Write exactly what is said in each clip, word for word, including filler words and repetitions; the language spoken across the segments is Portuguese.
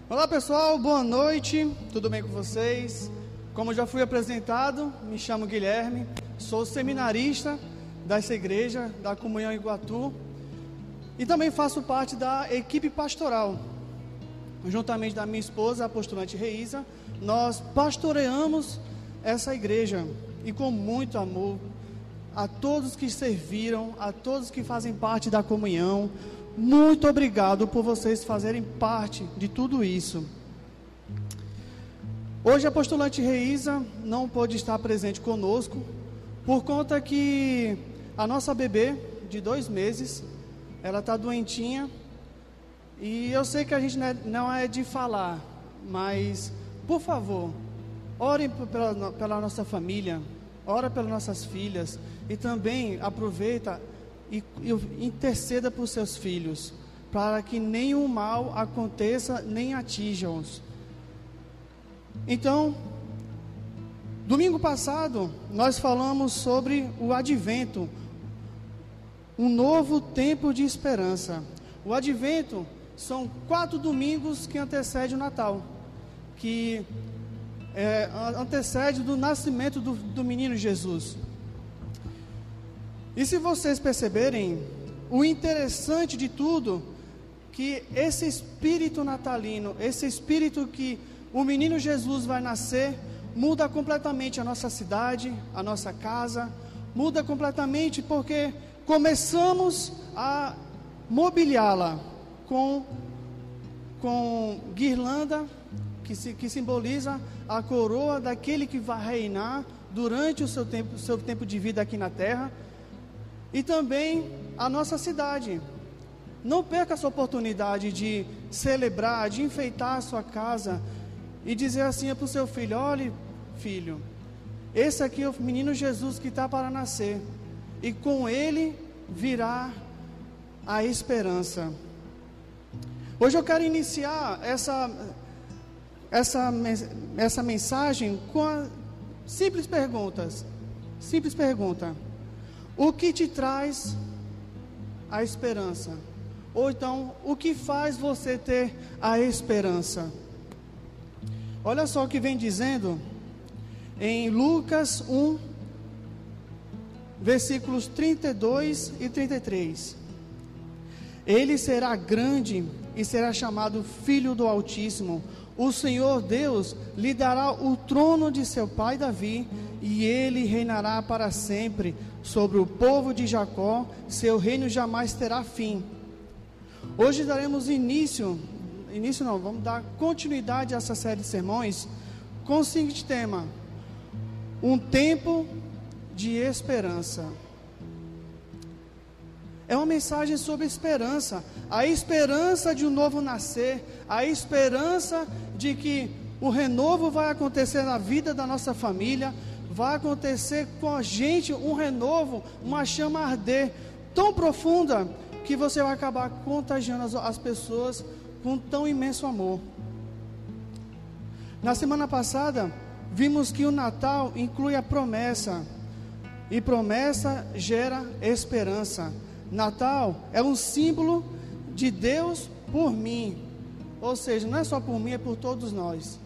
Olá pessoal, boa noite, tudo bem com vocês? Como já fui apresentado, me chamo Guilherme, sou seminarista dessa igreja, da Comunhão Iguatu, e também faço parte da equipe pastoral. Juntamente da minha esposa, a postulante Reisa, nós pastoreamos essa igreja, e com muito amor, a todos que serviram, a todos que fazem parte da comunhão, muito obrigado por vocês fazerem parte de tudo isso. Hoje a postulante Reisa não pôde estar presente conosco, por conta que a nossa bebê, de dois meses, ela está doentinha, e eu sei que a gente não é de falar, mas, por favor, orem pela, pela nossa família, ora pelas nossas filhas, e também aproveita e, e interceda por seus filhos, para que nenhum mal aconteça, nem atinja-os. Então, domingo passado, nós falamos sobre o advento, um novo tempo de esperança. O advento são quatro domingos que antecedem o Natal, que é, antecede do nascimento do, do menino Jesus. E se vocês perceberem, o interessante de tudo, que esse espírito natalino, esse espírito que o menino Jesus vai nascer, muda completamente a nossa cidade, a nossa casa, muda completamente porque começamos a mobiliá-la com, com guirlanda, que, se, que simboliza a coroa daquele que vai reinar durante o seu tempo, o seu tempo de vida aqui na terra, e também a nossa cidade. Não perca essa oportunidade de celebrar, de enfeitar a sua casa e dizer assim para o seu filho: olhe, filho, esse aqui é o menino Jesus que está para nascer, e com ele virá a esperança. Hoje eu quero iniciar essa, essa, essa mensagem com a simples perguntas. Simples pergunta: o que te traz a esperança? Ou então, o que faz você ter a esperança? Olha só o que vem dizendo em Lucas um, versículos trinta e dois e trinta e três. Ele será grande e será chamado Filho do Altíssimo. O Senhor Deus lhe dará o trono de seu pai Davi, e ele reinará para sempre sobre o povo de Jacó. Seu reino jamais terá fim. Hoje daremos início, início não, vamos dar continuidade a essa série de sermões com o seguinte tema: um tempo de esperança. É uma mensagem sobre esperança, a esperança de um novo nascer, a esperança de que o renovo vai acontecer na vida da nossa família, vai acontecer com a gente um renovo, uma chama a arder tão profunda que você vai acabar contagiando as, as pessoas com tão imenso amor. Na semana passada, vimos que o Natal inclui a promessa, e promessa gera esperança. Natal é um símbolo de Deus por mim, ou seja, não é só por mim, é por todos nós.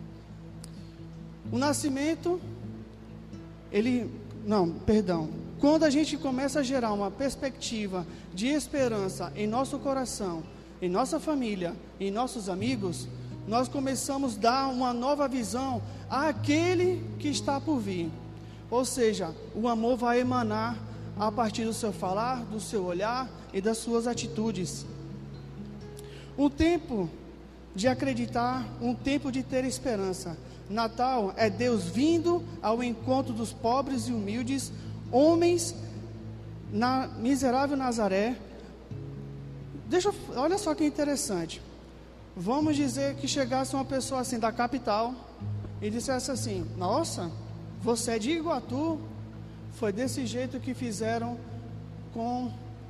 O nascimento, ele, não, perdão, quando a gente começa a gerar uma perspectiva de esperança em nosso coração, em nossa família, em nossos amigos, nós começamos a dar uma nova visão àquele que está por vir. Ou seja, o amor vai emanar a partir do seu falar, do seu olhar e das suas atitudes. Um tempo de acreditar, um tempo de ter esperança. Natal é Deus vindo ao encontro dos pobres e humildes, homens na miserável Nazaré. Deixa eu, olha só que interessante. Vamos dizer que chegasse uma pessoa assim da capital e dissesse assim: nossa, você é de Iguatu? Foi desse jeito que fizeram com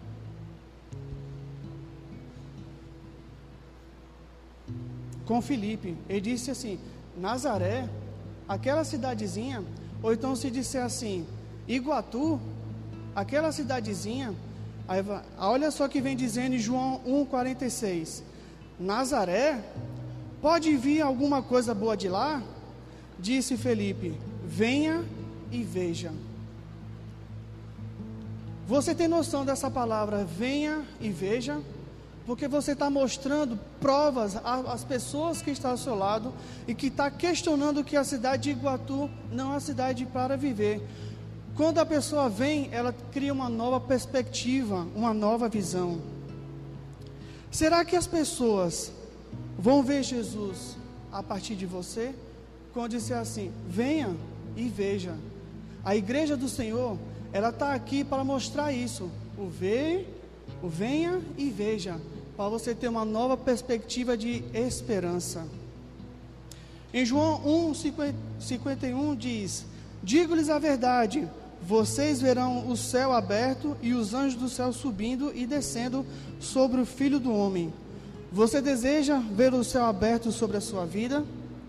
com Filipe. Ele disse assim: Nazaré, aquela cidadezinha. Ou então se disser assim, Iguatu, aquela cidadezinha. Aí, olha só que vem dizendo em João um, quarenta e seis. Nazaré, Pode vir alguma coisa boa de lá? Disse Felipe: venha e veja. Você tem noção dessa palavra, venha e veja? Porque você está mostrando provas às pessoas que estão ao seu lado e que está questionando que a cidade de Iguatu não é uma cidade para viver. Quando a pessoa vem, ela cria uma nova perspectiva, uma nova visão. Será que as pessoas vão ver Jesus a partir de você? Quando disser assim, venha e veja. A igreja do Senhor, ela está aqui para mostrar isso. O ver, o venha e veja. Para você ter uma nova perspectiva de esperança. Em João um, cinquenta e um diz: digo-lhes a verdade, vocês verão o céu aberto e os anjos do céu subindo e descendo sobre o Filho do Homem. Você deseja ver o céu aberto sobre a sua vida?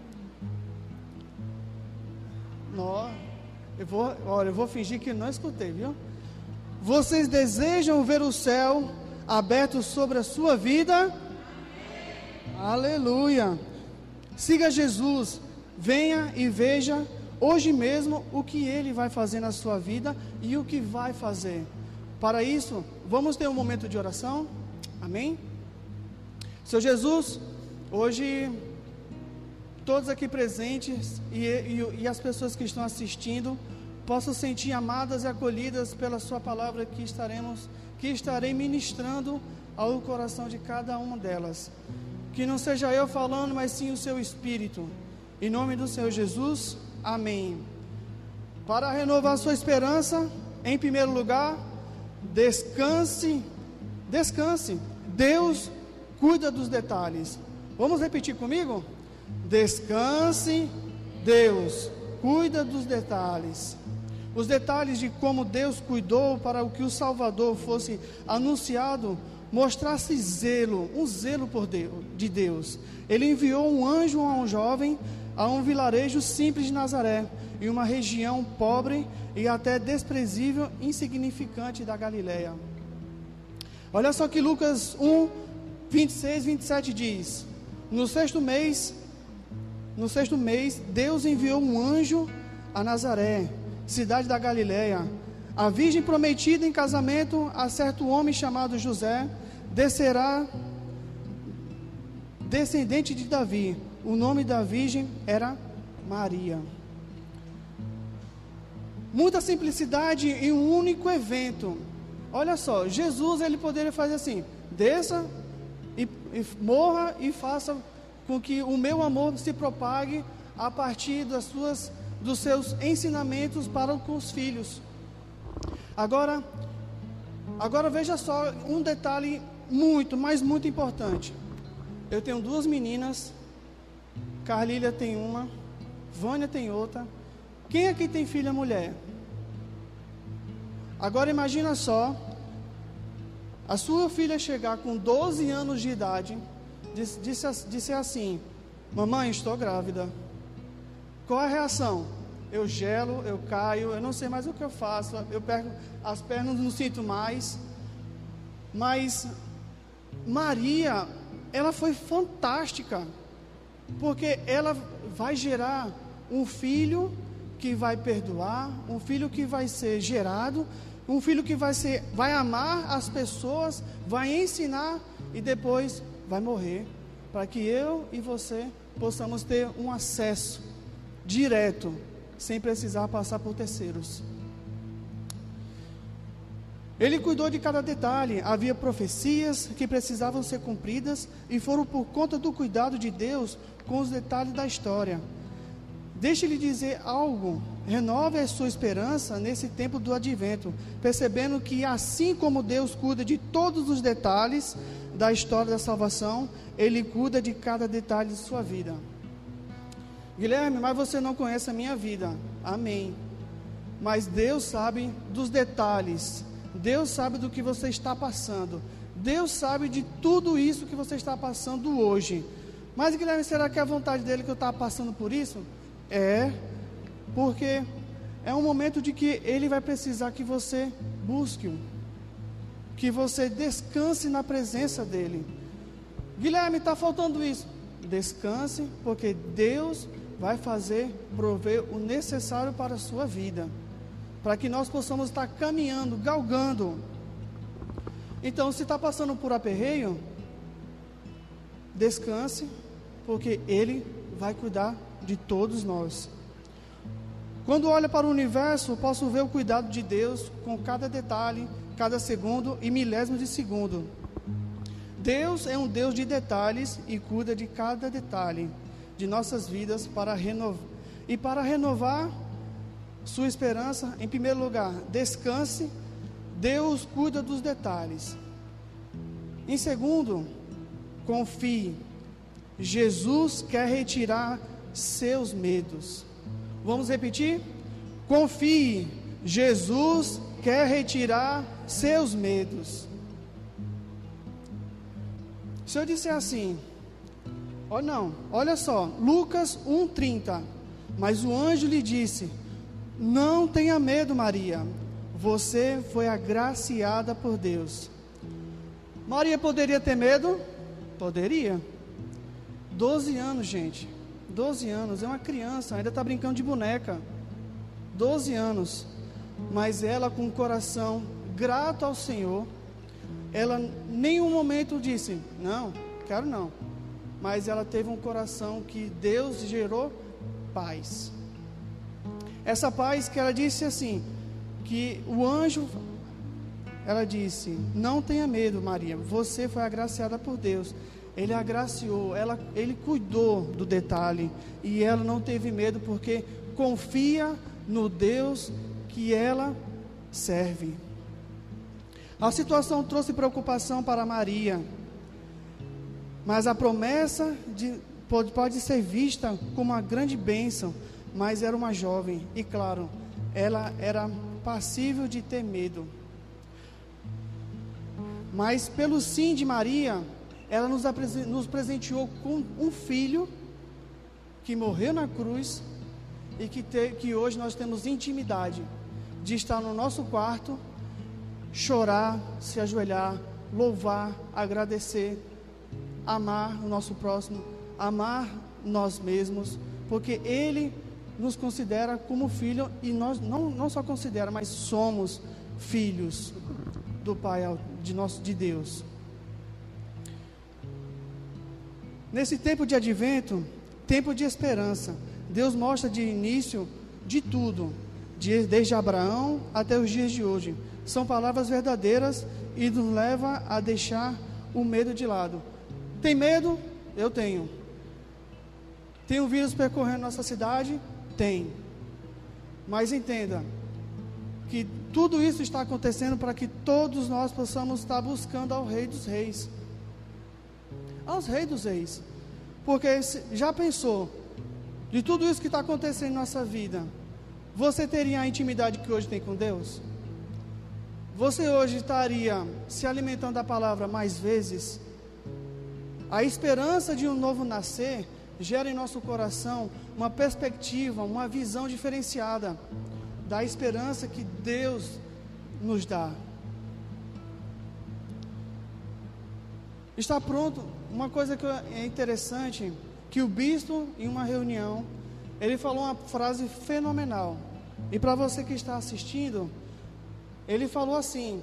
Não, eu vou, olha, eu vou fingir que não escutei, viu? Vocês desejam ver o céu aberto sobre a sua vida? Amém. Aleluia. Siga Jesus, venha e veja hoje mesmo o que Ele vai fazer na sua vida e o que vai fazer. Para isso, vamos ter um momento de oração. Amém? Senhor Jesus, hoje todos aqui presentes e, e, e as pessoas que estão assistindo possam sentir amadas e acolhidas pela sua palavra que estaremos que estarei ministrando ao coração de cada uma delas. Que não seja eu falando, mas sim o seu Espírito. Em nome do Senhor Jesus, amém. Para renovar sua esperança, em primeiro lugar, descanse, descanse. Deus cuida dos detalhes. Vamos repetir comigo? Descanse, Deus cuida dos detalhes. Os detalhes de como Deus cuidou para que o Salvador fosse anunciado, mostrasse zelo, um zelo por Deus, de Deus. Ele enviou um anjo a um jovem, a um vilarejo simples de Nazaré, em uma região pobre e até desprezível, insignificante da Galileia. Olha só que Lucas um, vinte e seis, vinte e sete diz: no sexto mês, no sexto mês, Deus enviou um anjo a Nazaré, cidade da Galileia. A virgem prometida em casamento a certo homem chamado José, descerá descendente de Davi. O nome da virgem era Maria. Muita simplicidade em um único evento. Olha só, Jesus, ele poderia fazer assim: desça e, e morra e faça com que o meu amor se propague a partir das suas dos seus ensinamentos para com os filhos. Agora, agora veja só um detalhe muito, mas muito importante. Eu tenho duas meninas, Carlília tem uma, Vânia tem outra. Quem aqui tem filha mulher? Agora imagina só, a sua filha chegar com doze anos de idade, disse, disse, disse assim: mamãe, estou grávida. Qual a reação? Eu gelo, eu caio, eu não sei mais o que eu faço, eu perco as pernas, não sinto mais. Mas Maria, ela foi fantástica, porque ela vai gerar um filho que vai perdoar, um filho que vai ser gerado, um filho que vai ser, vai amar as pessoas, vai ensinar e depois vai morrer, para que eu e você possamos ter um acesso direto, sem precisar passar por terceiros. Ele cuidou de cada detalhe. Havia profecias que precisavam ser cumpridas e foram por conta do cuidado de Deus com os detalhes da história. Deixe-lhe dizer algo: renove a sua esperança nesse tempo do advento, percebendo que assim como Deus cuida de todos os detalhes da história da salvação, Ele cuida de cada detalhe de sua vida. Guilherme, mas você não conhece a minha vida. Amém. Mas Deus sabe dos detalhes. Deus sabe do que você está passando. Deus sabe de tudo isso que você está passando hoje. Mas Guilherme, será que é a vontade dele que eu estou passando por isso? É, porque é um momento de que Ele vai precisar que você busque-o, que você descanse na presença dEle. Guilherme, está faltando isso. descanse, porque Deus vai fazer, prover o necessário para a sua vida, para que nós possamos estar caminhando, galgando. Então, se está passando por aperreio, descanse, porque Ele vai cuidar de todos nós. Quando olho para o universo, posso ver o cuidado de Deus com cada detalhe, cada segundo e milésimo de segundo. Deus é um Deus de detalhes e cuida de cada detalhe de nossas vidas para renovar. E para renovar sua esperança, em primeiro lugar, descanse, Deus cuida dos detalhes. Em segundo, confie, Jesus quer retirar seus medos. Vamos repetir? Confie, Jesus quer retirar seus medos. Se eu disser assim, oh não, olha só, Lucas um, trinta, mas o anjo lhe disse, não tenha medo, Maria, você foi agraciada por Deus. Maria poderia ter medo? Poderia. doze anos, gente, doze anos, é uma criança, ainda está brincando de boneca, doze anos, mas ela com o coração grato ao Senhor, ela em nenhum momento disse, não, quero não, mas ela teve um coração que Deus gerou paz. Essa paz que ela disse assim, que o anjo, ela disse, não tenha medo, Maria, você foi agraciada por Deus. Ele agraciou, ela, ele cuidou do detalhe, e ela não teve medo, porque confia no Deus que ela serve. A situação trouxe preocupação para Maria, mas a promessa de, pode, pode ser vista como uma grande bênção, mas era uma jovem, e claro, ela era passível de ter medo. Mas pelo sim de Maria, ela nos, nos presenteou com um filho, que morreu na cruz, e que, te, que hoje nós temos intimidade, de estar no nosso quarto, chorar, se ajoelhar, louvar, agradecer, amar o nosso próximo, amar nós mesmos, porque Ele nos considera como filho, e nós não, não só considera, mas somos filhos do Pai, de, nosso, de Deus. Nesse tempo de advento, tempo de esperança, Deus mostra de início de tudo, de, desde Abraão até os dias de hoje. São palavras verdadeiras e nos leva a deixar o medo de lado. Tem medo? Eu tenho. Tem um vírus percorrendo nossa cidade? Tem. Mas entenda que tudo isso está acontecendo para que todos nós possamos estar buscando ao Rei dos Reis, aos Reis dos Reis. Porque já pensou, de tudo isso que está acontecendo em nossa vida, você teria a intimidade que hoje tem com Deus? Você hoje estaria se alimentando da palavra mais vezes? A esperança de um novo nascer gera em nosso coração uma perspectiva, uma visão diferenciada da esperança que Deus nos dá. Está pronto. Uma coisa que é interessante, que o bispo, em uma reunião, ele falou uma frase fenomenal, e para você que está assistindo, ele falou assim: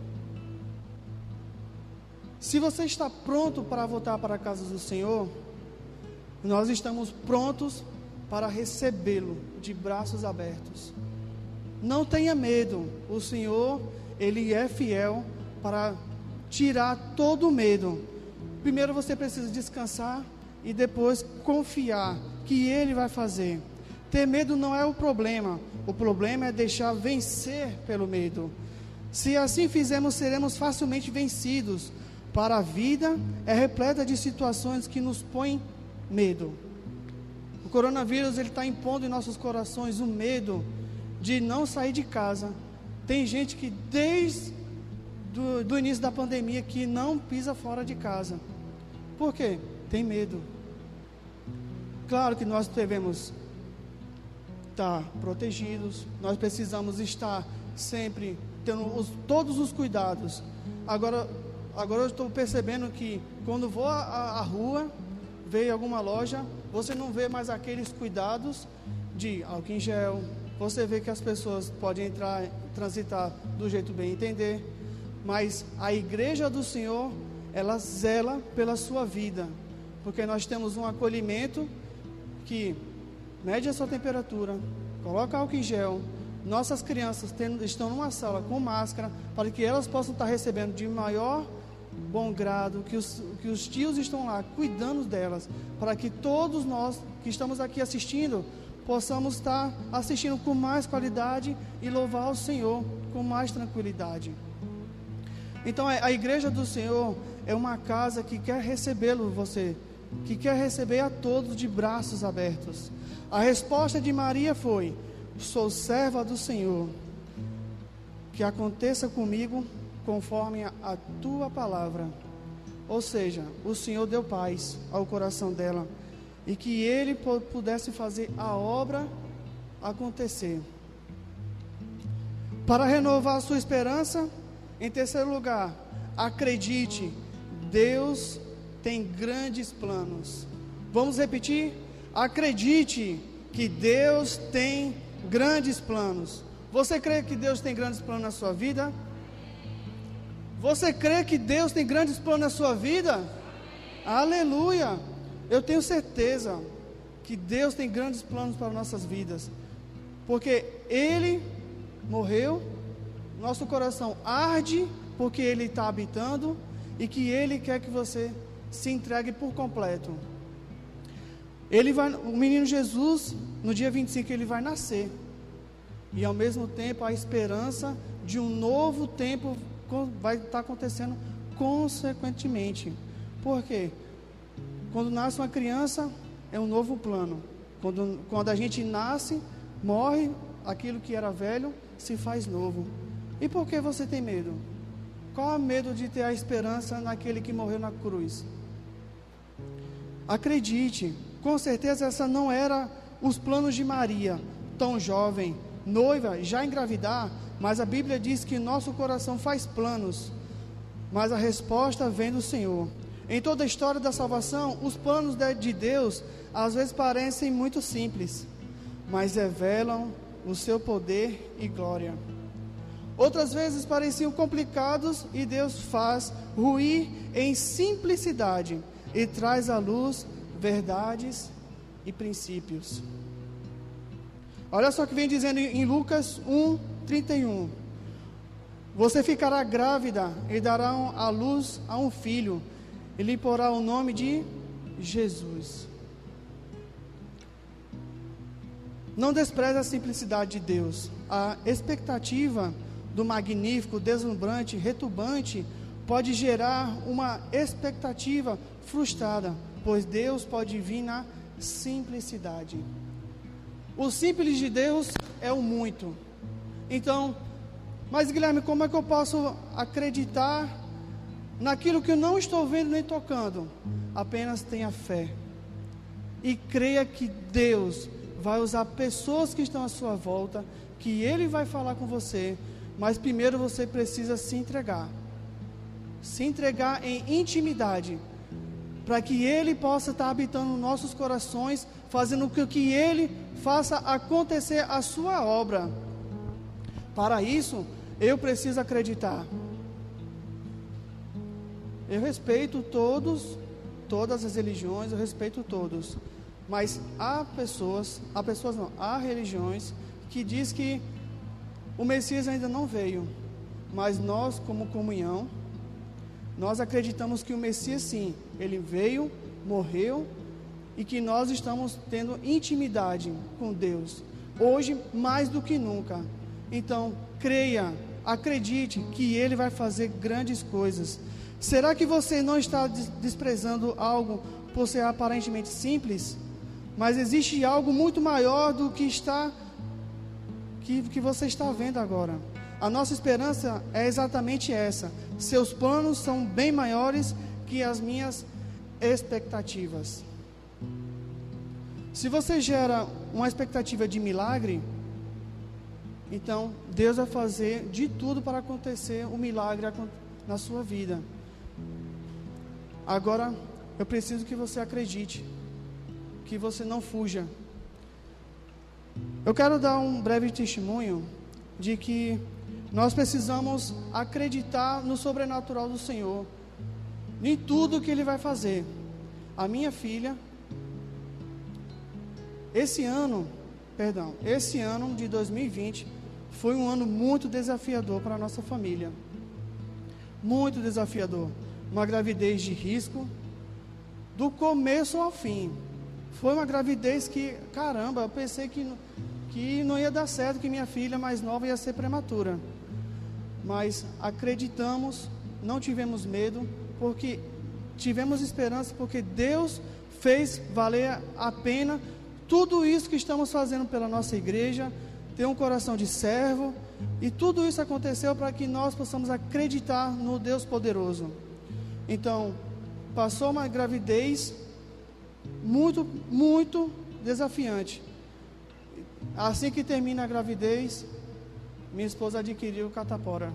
se você está pronto para voltar para a casa do Senhor, nós estamos prontos para recebê-lo de braços abertos. Não tenha medo, o Senhor, Ele é fiel para tirar todo o medo. Primeiro você precisa descansar e depois confiar que Ele vai fazer. Ter medo não é o problema, o problema é deixar vencer pelo medo. Se assim fizermos, seremos facilmente vencidos. Para a vida é repleta de situações que nos põem medo. O coronavírus, ele está impondo em nossos corações o medo de não sair de casa. Tem gente que desde do, do início da pandemia que não pisa fora de casa. Por quê? Tem medo. Claro que nós devemos estar protegidos, nós precisamos estar sempre tendo os, todos os cuidados. Agora, agora eu estou percebendo que quando vou à, à rua, vê em alguma loja, você não vê mais aqueles cuidados de álcool em gel. Você vê que as pessoas podem entrar, transitar do jeito bem entender, mas a igreja do Senhor, ela zela pela sua vida, porque nós temos um acolhimento que mede a sua temperatura, coloca álcool em gel. Nossas crianças tem, estão numa sala com máscara, para que elas possam estar recebendo de maior bom grado, que os, que os tios estão lá cuidando delas, para que todos nós que estamos aqui assistindo, possamos estar assistindo com mais qualidade e louvar o Senhor com mais tranquilidade. Então a igreja do Senhor é uma casa que quer recebê-lo, você, que quer receber a todos de braços abertos. A resposta de Maria foi: sou serva do Senhor, que aconteça comigo conforme a, a tua palavra. Ou seja, o Senhor deu paz ao coração dela, e que ele pudesse fazer a obra acontecer. Para renovar a sua esperança, em terceiro lugar, acredite, Deus tem grandes planos. Vamos repetir? Acredite que Deus tem grandes planos. Você crê que Deus tem grandes planos na sua vida? Você crê que Deus tem grandes planos na sua vida? Aleluia! Eu tenho certeza que Deus tem grandes planos para nossas vidas, porque Ele morreu, nosso coração arde porque Ele está habitando, e que Ele quer que você se entregue por completo. Ele vai, o menino Jesus, no dia vinte e cinco, ele vai nascer, e ao mesmo tempo a esperança de um novo tempo vai estar acontecendo consequentemente. Por quê? Quando nasce uma criança, é um novo plano. Quando, quando a gente nasce, morre, aquilo que era velho se faz novo. E por que você tem medo? Qual é o medo de ter a esperança naquele que morreu na cruz? Acredite, com certeza essa não era os planos de Maria, tão jovem, noiva, já engravidar, mas a Bíblia diz que nosso coração faz planos, mas a resposta vem do Senhor. Em toda a história da salvação, os planos de Deus às vezes parecem muito simples, mas revelam o seu poder e glória. Outras vezes pareciam complicados, e Deus faz ruir em simplicidade e traz à luz verdades e princípios. Olha só o que vem dizendo em Lucas um, trinta e um: você ficará grávida e dará à luz a um filho, e lhe porá o nome de Jesus. Não despreze a simplicidade de Deus. A expectativa do magnífico, deslumbrante, retumbante pode gerar uma expectativa frustrada, pois Deus pode vir na simplicidade. O simples de Deus é o muito. Então, mas Guilherme, como é que eu posso acreditar naquilo que eu não estou vendo nem tocando? Apenas tenha fé e creia que Deus vai usar pessoas que estão à sua volta, que Ele vai falar com você, mas primeiro você precisa se entregar, se entregar em intimidade, para que Ele possa estar habitando nossos corações, fazendo com que Ele faça acontecer a sua obra. Para isso, eu preciso acreditar. Eu respeito todos, todas as religiões, eu respeito todos, mas há pessoas, há pessoas não, há religiões que diz que o Messias ainda não veio, mas nós, como comunhão, nós acreditamos que o Messias sim, ele veio, morreu, e que nós estamos tendo intimidade com Deus, hoje mais do que nunca. Então, creia, acredite que Ele vai fazer grandes coisas. Será que você não está desprezando algo por ser aparentemente simples? Mas existe algo muito maior do que está que, que você está vendo agora. A nossa esperança é exatamente essa. Seus planos são bem maiores que as minhas expectativas. Se você gera uma expectativa de milagre, então Deus vai fazer de tudo para acontecer o milagre na sua vida. Agora, eu preciso que você acredite, que você não fuja. Eu quero dar um breve testemunho de que nós precisamos acreditar no sobrenatural do Senhor, em tudo que Ele vai fazer. A minha filha, esse ano, perdão, esse ano de dois mil e vinte, foi um ano muito desafiador para a nossa família. Muito desafiador. Uma gravidez de risco, do começo ao fim. Foi uma gravidez que, caramba, eu pensei que, que não ia dar certo, que minha filha mais nova ia ser prematura. Mas acreditamos, não tivemos medo, porque tivemos esperança, porque Deus fez valer a pena tudo isso que estamos fazendo pela nossa igreja, ter um coração de servo, e tudo isso aconteceu para que nós possamos acreditar no Deus poderoso. Então, passou uma gravidez muito, muito desafiante. Assim que termina a gravidez, minha esposa adquiriu catapora.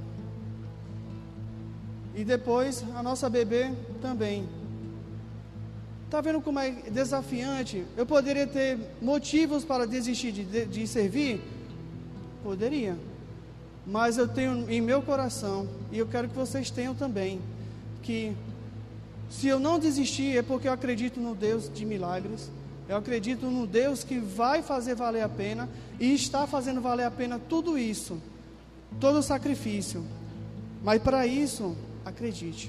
E depois, a nossa bebê também. Está vendo como é desafiante? Eu poderia ter motivos para desistir de, de, de servir? Poderia. Mas eu tenho em meu coração, e eu quero que vocês tenham também, que se eu não desistir é porque eu acredito no Deus de milagres. Eu acredito no Deus que vai fazer valer a pena, e está fazendo valer a pena tudo isso, todo o sacrifício. Mas para isso, acredite.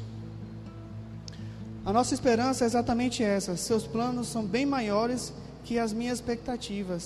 A nossa esperança é exatamente essa. Seus planos são bem maiores que as minhas expectativas.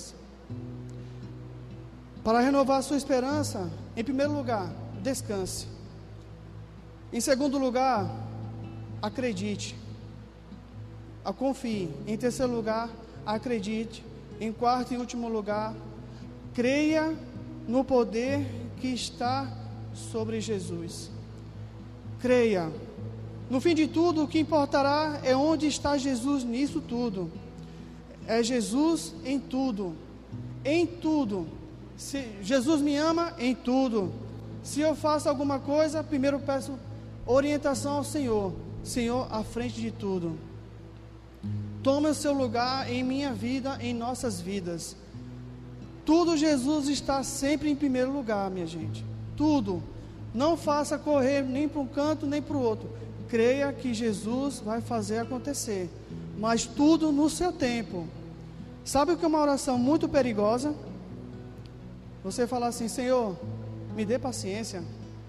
Para renovar a sua esperança, em primeiro lugar, descanse. Em segundo lugar, acredite. Confie. Em terceiro lugar, acredite. Em quarto e último lugar, creia no poder que está sobre Jesus. Creia. No fim de tudo, o que importará é onde está Jesus nisso tudo. É Jesus em tudo. Em tudo. Se Jesus me ama em tudo. Se eu faço alguma coisa, primeiro peço orientação ao Senhor. Senhor, à frente de tudo. Tome o seu lugar em minha vida, em nossas vidas. Tudo Jesus está sempre em primeiro lugar, minha gente. Tudo. Não faça correr nem para um canto, nem para o outro. Creia que Jesus vai fazer acontecer. Mas tudo no seu tempo. Sabe o que é uma oração muito perigosa? Você falar assim: Senhor, me dê paciência.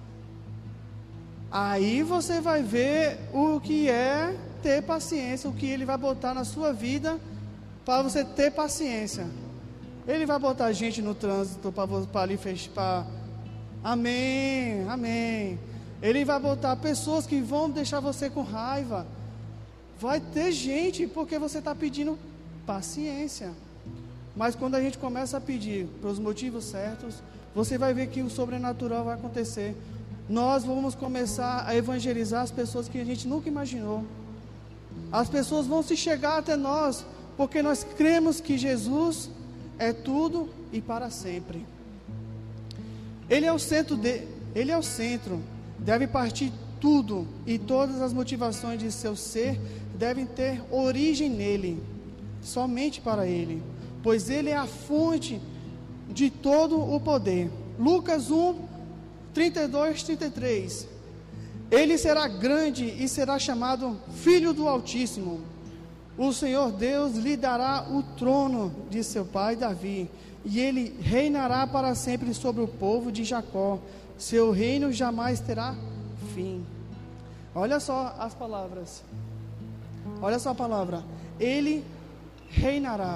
Aí você vai ver o que é ter paciência, o que Ele vai botar na sua vida para você ter paciência. Ele vai botar gente no trânsito para ali fechar. Amém, amém. Ele vai botar pessoas que vão deixar você com raiva. Vai ter gente, porque você está pedindo paciência. Mas quando a gente começa a pedir pelos motivos certos, você vai ver que o sobrenatural vai acontecer. Nós vamos começar a evangelizar as pessoas que a gente nunca imaginou. As pessoas vão se chegar até nós, porque nós cremos que Jesus é tudo e para sempre. Ele é o centro de, ele é o centro. Deve partir tudo, e todas as motivações de seu ser devem ter origem nele, somente para ele, pois ele é a fonte de todo o poder. Lucas um, trinta e dois, trinta e três. Ele será grande e será chamado Filho do Altíssimo. O Senhor Deus lhe dará o trono de seu pai Davi, e ele reinará para sempre sobre o povo de Jacó. Seu reino jamais terá fim. Olha só as palavras. Olha só a palavra. Ele reinará.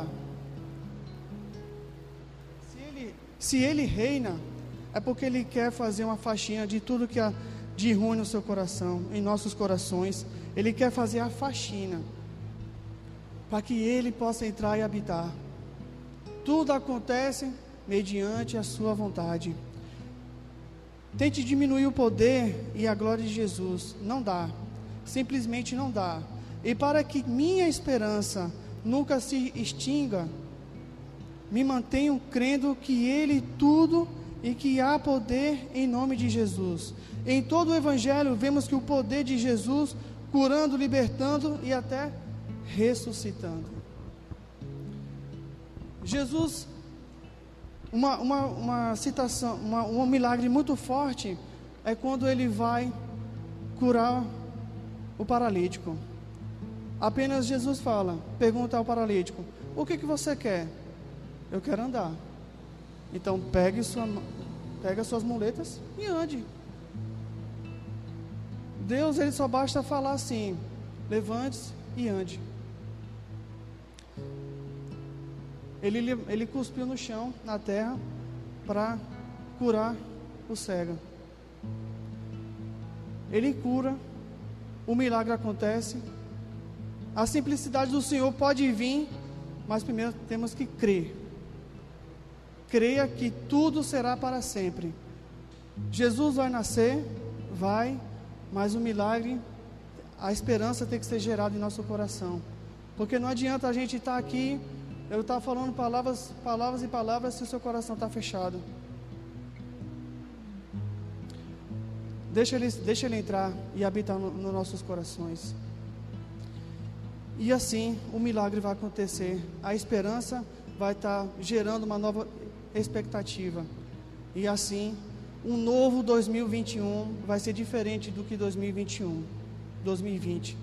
Se ele, se ele reina, é porque ele quer fazer uma faxina de tudo que há de ruim no seu coração, em nossos corações. Ele quer fazer a faxina, para que ele possa entrar e habitar. Tudo acontece mediante a sua vontade. Tente diminuir o poder e a glória de Jesus. Não dá. Simplesmente não dá. E para que minha esperança nunca se extinga, me mantenho crendo que Ele tudo e que há poder em nome de Jesus. Em todo o Evangelho vemos que o poder de Jesus curando, libertando e até ressuscitando. Jesus, uma, uma, uma citação, uma, um milagre muito forte é quando ele vai curar o paralítico. Apenas Jesus fala, pergunta ao paralítico: o que, que você quer? Eu quero andar. Então pegue sua, pega suas muletas e ande. Deus, ele só basta falar assim: levante-se e ande. Ele, ele cuspiu no chão, na terra, para curar o cego. Ele cura, o milagre acontece. A simplicidade do Senhor pode vir, mas primeiro temos que crer. Creia que tudo será para sempre. Jesus vai nascer, vai, mas o milagre, a esperança tem que ser gerada em nosso coração. Porque não adianta a gente estar aqui, eu estar falando palavras, palavras e palavras se o seu coração está fechado. Deixa ele, deixa ele entrar e habitar nos no nossos corações. E assim o milagre vai acontecer. A esperança vai estar gerando uma nova expectativa. E assim, um novo dois mil e vinte e um vai ser diferente do que dois mil e vinte e um, dois mil e vinte.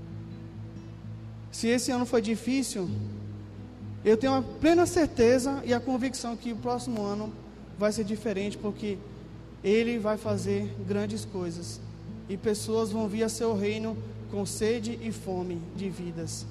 Se esse ano foi difícil, eu tenho a plena certeza e a convicção que o próximo ano vai ser diferente, porque Ele vai fazer grandes coisas. E pessoas vão vir a seu reino com sede e fome de vidas.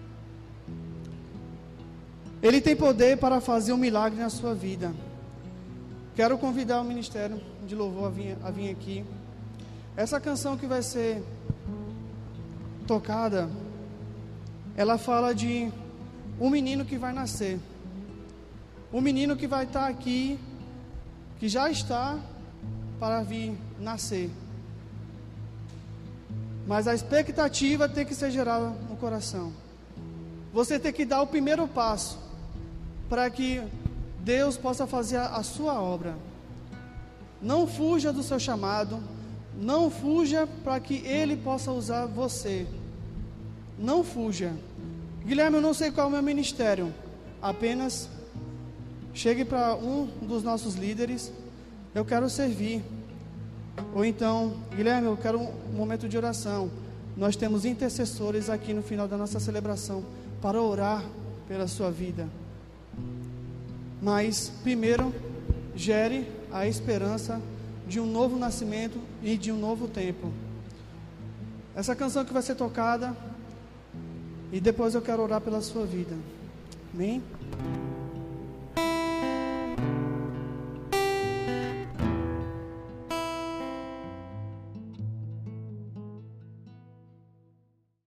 Ele tem poder para fazer um milagre na sua vida. Quero convidar o ministério de louvor a vir, a vir aqui. Essa canção que vai ser tocada, ela fala de um menino que vai nascer. Um menino que vai estar aqui, que já está para vir nascer. Mas a expectativa tem que ser gerada no coração. Você tem que dar o primeiro passo para que Deus possa fazer a, a sua obra. Não fuja do seu chamado. Não fuja para que Ele possa usar você. Não fuja. Guilherme, eu não sei qual é o meu ministério. Apenas chegue para um dos nossos líderes: eu quero servir. Ou então: Guilherme, eu quero um momento de oração. Nós temos intercessores aqui no final da nossa celebração para orar pela sua vida. Mas primeiro, gere a esperança de um novo nascimento e de um novo tempo. Essa canção que vai ser tocada, e depois eu quero orar pela sua vida. Amém?